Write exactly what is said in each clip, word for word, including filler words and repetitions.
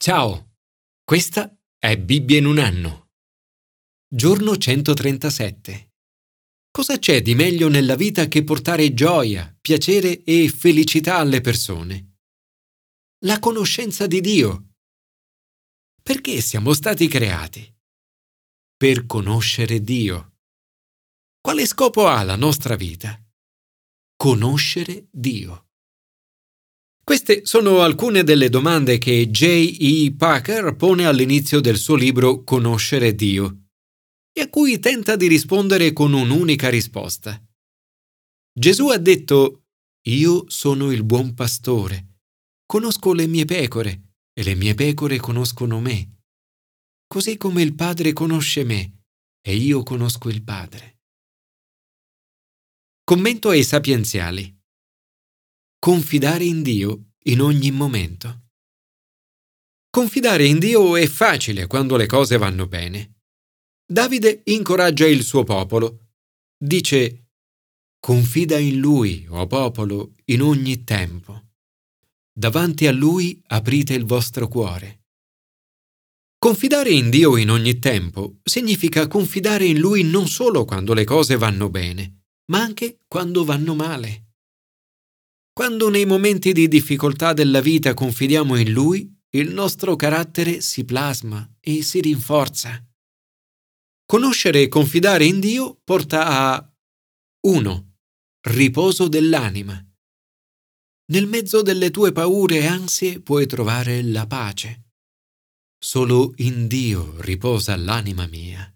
Ciao, questa è Bibbia in un anno. Giorno centotrentasette. Cosa c'è di meglio nella vita che portare gioia, piacere e felicità alle persone? La conoscenza di Dio. Perché siamo stati creati? Per conoscere Dio. Quale scopo ha la nostra vita? Conoscere Dio. Queste sono alcune delle domande che J E Packer pone all'inizio del suo libro Conoscere Dio, e a cui tenta di rispondere con un'unica risposta. Gesù ha detto: «Io sono il buon pastore, conosco le mie pecore e le mie pecore conoscono me, così come il Padre conosce me e io conosco il Padre». Commento ai sapienziali. Confidare in Dio in ogni momento. Confidare in Dio è facile quando le cose vanno bene. Davide incoraggia il suo popolo. Dice: «Confida in Lui, o popolo, in ogni tempo. Davanti a Lui aprite il vostro cuore». Confidare in Dio in ogni tempo significa confidare in Lui non solo quando le cose vanno bene, ma anche quando vanno male. Quando nei momenti di difficoltà della vita confidiamo in Lui, il nostro carattere si plasma e si rinforza. Conoscere e confidare in Dio porta a uno. Riposo dell'anima. Nel mezzo delle tue paure e ansie puoi trovare la pace. Solo in Dio riposa l'anima mia.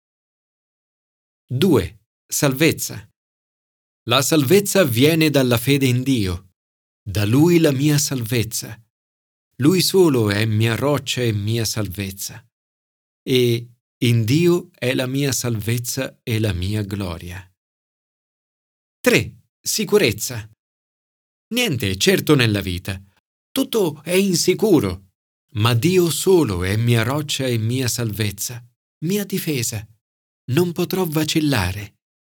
due. Salvezza. La salvezza viene dalla fede in Dio. Da Lui la mia salvezza. Lui solo è mia roccia e mia salvezza. E in Dio è la mia salvezza e la mia gloria. tre. Sicurezza. Niente è certo nella vita. Tutto è insicuro. Ma Dio solo è mia roccia e mia salvezza, mia difesa. Non potrò vacillare.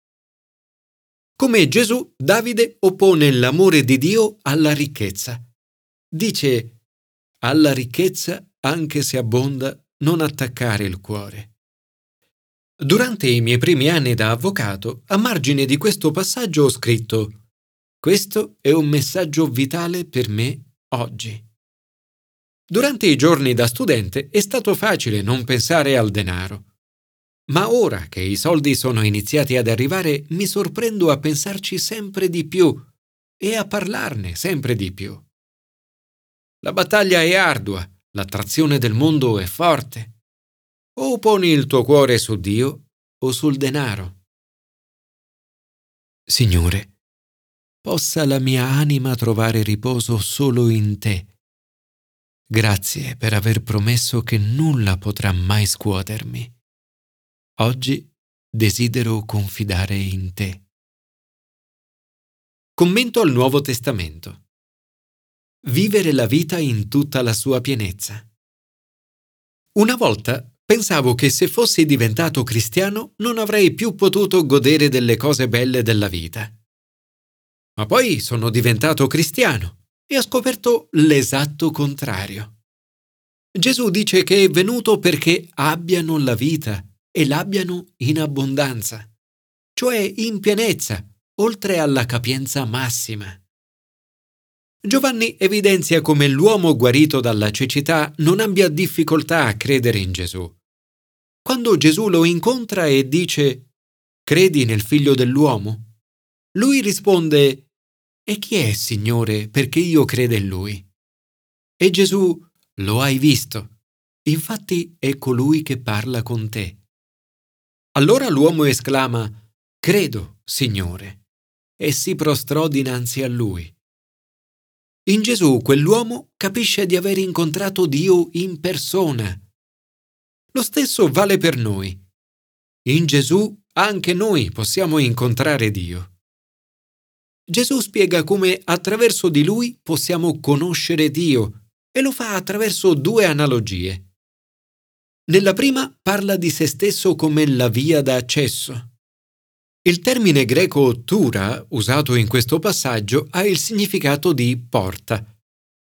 Come Gesù, Davide oppone l'amore di Dio alla ricchezza. Dice: «Alla ricchezza, anche se abbonda, non attaccare il cuore». Durante i miei primi anni da avvocato, a margine di questo passaggio ho scritto: «Questo è un messaggio vitale per me oggi». Durante i giorni da studente è stato facile non pensare al denaro. Ma ora che i soldi sono iniziati ad arrivare, mi sorprendo a pensarci sempre di più e a parlarne sempre di più. La battaglia è ardua, l'attrazione del mondo è forte. O poni il tuo cuore su Dio o sul denaro. Signore, possa la mia anima trovare riposo solo in Te. Grazie per aver promesso che nulla potrà mai scuotermi. Oggi desidero confidare in Te. Commento al Nuovo Testamento. Vivere la vita in tutta la sua pienezza. Una volta pensavo che se fossi diventato cristiano non avrei più potuto godere delle cose belle della vita. Ma poi sono diventato cristiano e ho scoperto l'esatto contrario. Gesù dice che è venuto perché abbiano la vita e l'abbiano in abbondanza, cioè in pienezza, oltre alla capienza massima. Giovanni evidenzia come l'uomo guarito dalla cecità non abbia difficoltà a credere in Gesù. Quando Gesù lo incontra e dice: «Credi nel Figlio dell'uomo?», lui risponde: «E chi è, Signore, perché io creda in Lui?» E Gesù: «Lo hai visto, infatti è colui che parla con te». Allora l'uomo esclama: «Credo, Signore», e si prostrò dinanzi a lui. In Gesù quell'uomo capisce di aver incontrato Dio in persona. Lo stesso vale per noi. In Gesù anche noi possiamo incontrare Dio. Gesù spiega come attraverso di Lui possiamo conoscere Dio e lo fa attraverso due analogie. Nella prima parla di se stesso come la via d'accesso. Il termine greco tura, usato in questo passaggio, ha il significato di porta.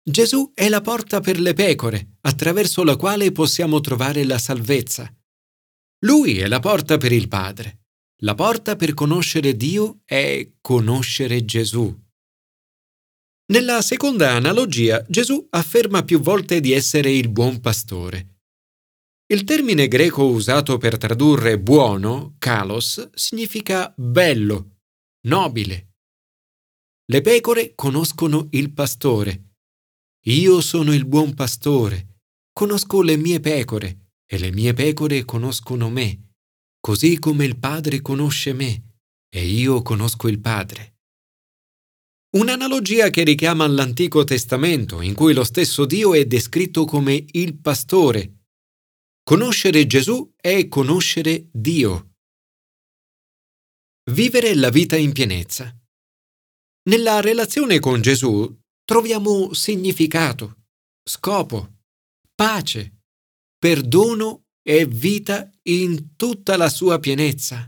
Gesù è la porta per le pecore, attraverso la quale possiamo trovare la salvezza. Lui è la porta per il Padre. La porta per conoscere Dio è conoscere Gesù. Nella seconda analogia, Gesù afferma più volte di essere il buon pastore. Il termine greco usato per tradurre buono, kalos, significa bello, nobile. Le pecore conoscono il pastore. Io sono il buon pastore, conosco le mie pecore e le mie pecore conoscono me, così come il Padre conosce me e io conosco il Padre. Un'analogia che richiama l'Antico Testamento, in cui lo stesso Dio è descritto come il pastore. Conoscere Gesù è conoscere Dio. Vivere la vita in pienezza. Nella relazione con Gesù troviamo significato, scopo, pace, perdono e vita in tutta la sua pienezza.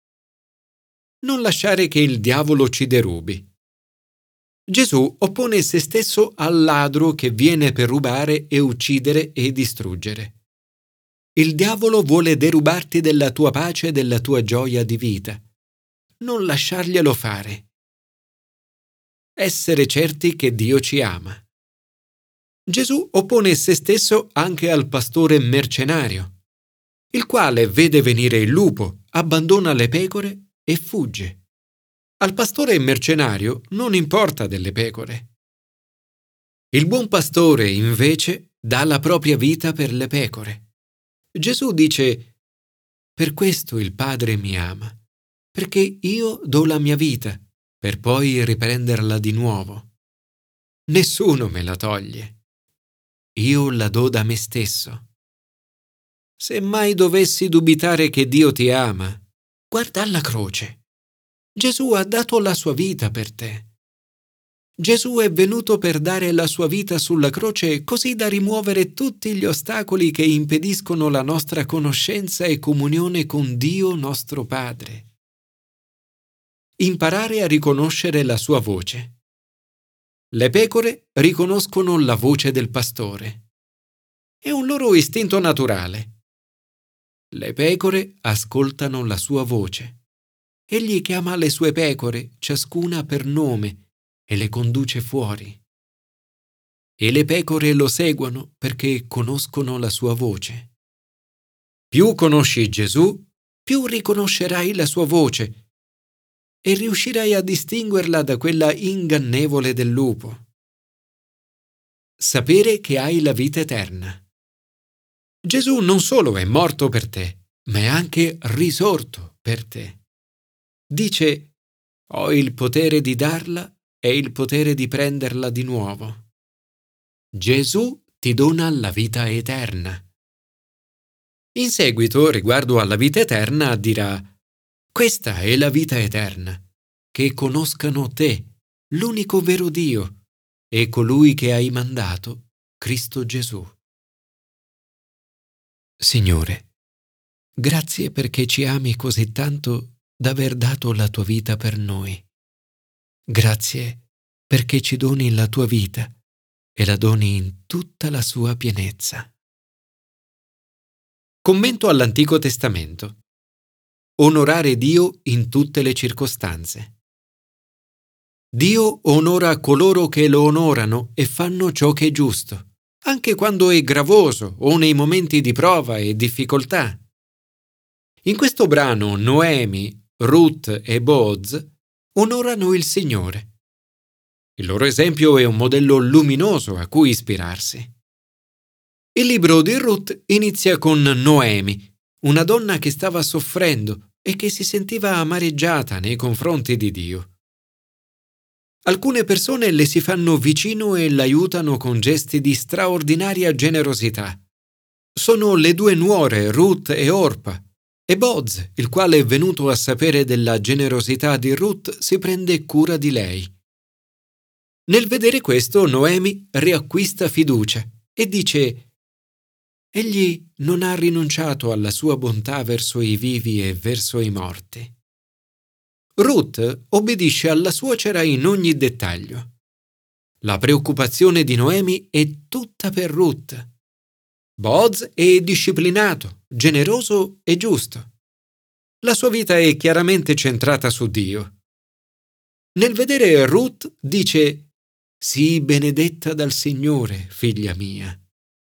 Non lasciare che il diavolo ci derubi. Gesù oppone se stesso al ladro che viene per rubare e uccidere e distruggere. Il diavolo vuole derubarti della tua pace e della tua gioia di vita. Non lasciarglielo fare. Essere certi che Dio ci ama. Gesù oppone se stesso anche al pastore mercenario, il quale vede venire il lupo, abbandona le pecore e fugge. Al pastore mercenario non importa delle pecore. Il buon pastore, invece, dà la propria vita per le pecore. Gesù dice: «Per questo il Padre mi ama, perché io do la mia vita, per poi riprenderla di nuovo. Nessuno me la toglie. Io la do da me stesso». Se mai dovessi dubitare che Dio ti ama, guarda alla croce. Gesù ha dato la sua vita per te. Gesù è venuto per dare la sua vita sulla croce così da rimuovere tutti gli ostacoli che impediscono la nostra conoscenza e comunione con Dio nostro Padre. Imparare a riconoscere la sua voce. Le pecore riconoscono la voce del pastore. È un loro istinto naturale. Le pecore ascoltano la sua voce. Egli chiama le sue pecore, ciascuna per nome, e le conduce fuori. E le pecore lo seguono perché conoscono la sua voce. Più conosci Gesù, più riconoscerai la sua voce e riuscirai a distinguerla da quella ingannevole del lupo. Sapere che hai la vita eterna. Gesù non solo è morto per te, ma è anche risorto per te. Dice: «Ho il potere di darla e il potere di prenderla di nuovo». Gesù ti dona la vita eterna. In seguito, riguardo alla vita eterna, dirà: «Questa è la vita eterna, che conoscano te, l'unico vero Dio, e colui che hai mandato, Cristo Gesù». Signore, grazie perché ci ami così tanto d'aver dato la tua vita per noi. Grazie perché ci doni la tua vita e la doni in tutta la sua pienezza. Commento all'Antico Testamento. Onorare Dio in tutte le circostanze. Dio onora coloro che lo onorano e fanno ciò che è giusto, anche quando è gravoso o nei momenti di prova e difficoltà. In questo brano Noemi, Ruth e Booz onorano il Signore. Il loro esempio è un modello luminoso a cui ispirarsi. Il libro di Ruth inizia con Noemi, una donna che stava soffrendo e che si sentiva amareggiata nei confronti di Dio. Alcune persone le si fanno vicino e l'aiutano con gesti di straordinaria generosità. Sono le due nuore, Ruth e Orpa, e Booz, il quale è venuto a sapere della generosità di Ruth, si prende cura di lei. Nel vedere questo, Noemi riacquista fiducia e dice: «Egli non ha rinunciato alla sua bontà verso i vivi e verso i morti». Ruth obbedisce alla suocera in ogni dettaglio. La preoccupazione di Noemi è tutta per Ruth. Booz è disciplinato, generoso e giusto. La sua vita è chiaramente centrata su Dio. Nel vedere Ruth dice: «Sii benedetta dal Signore, figlia mia».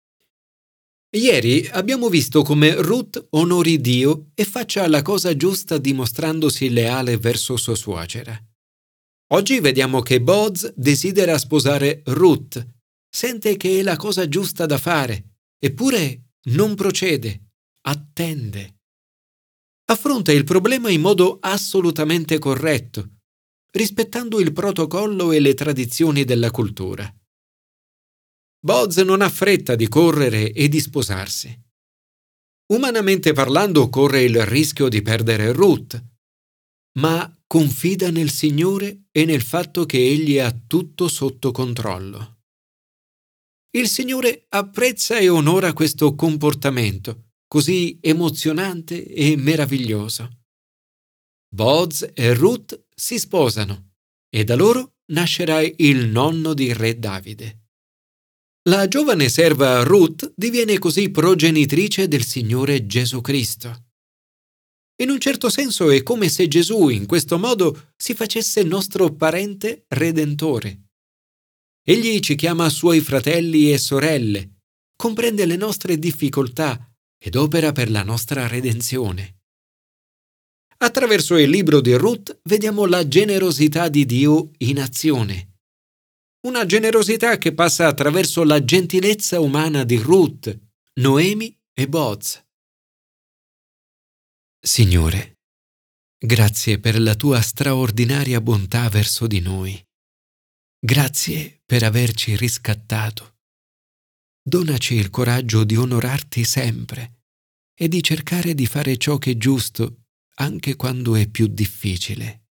Ieri abbiamo visto come Ruth onori Dio e faccia la cosa giusta dimostrandosi leale verso sua suocera. Oggi vediamo che Booz desidera sposare Ruth, sente che è la cosa giusta da fare, eppure non procede, attende. Affronta il problema in modo assolutamente corretto, rispettando il protocollo e le tradizioni della cultura. Booz non ha fretta di correre e di sposarsi. Umanamente parlando, corre il rischio di perdere Ruth, ma confida nel Signore e nel fatto che Egli ha tutto sotto controllo. Il Signore apprezza e onora questo comportamento così emozionante e meraviglioso. Booz e Ruth si sposano e da loro nascerà il nonno di Re Davide. La giovane serva Ruth diviene così progenitrice del Signore Gesù Cristo. In un certo senso è come se Gesù in questo modo si facesse nostro parente redentore. Egli ci chiama suoi fratelli e sorelle, comprende le nostre difficoltà ed opera per la nostra redenzione. Attraverso il libro di Ruth vediamo la generosità di Dio in azione. Una generosità che passa attraverso la gentilezza umana di Ruth, Noemi e Booz. Signore, grazie per la tua straordinaria bontà verso di noi. Grazie per averci riscattato. Donaci il coraggio di onorarti sempre e di cercare di fare ciò che è giusto anche quando è più difficile.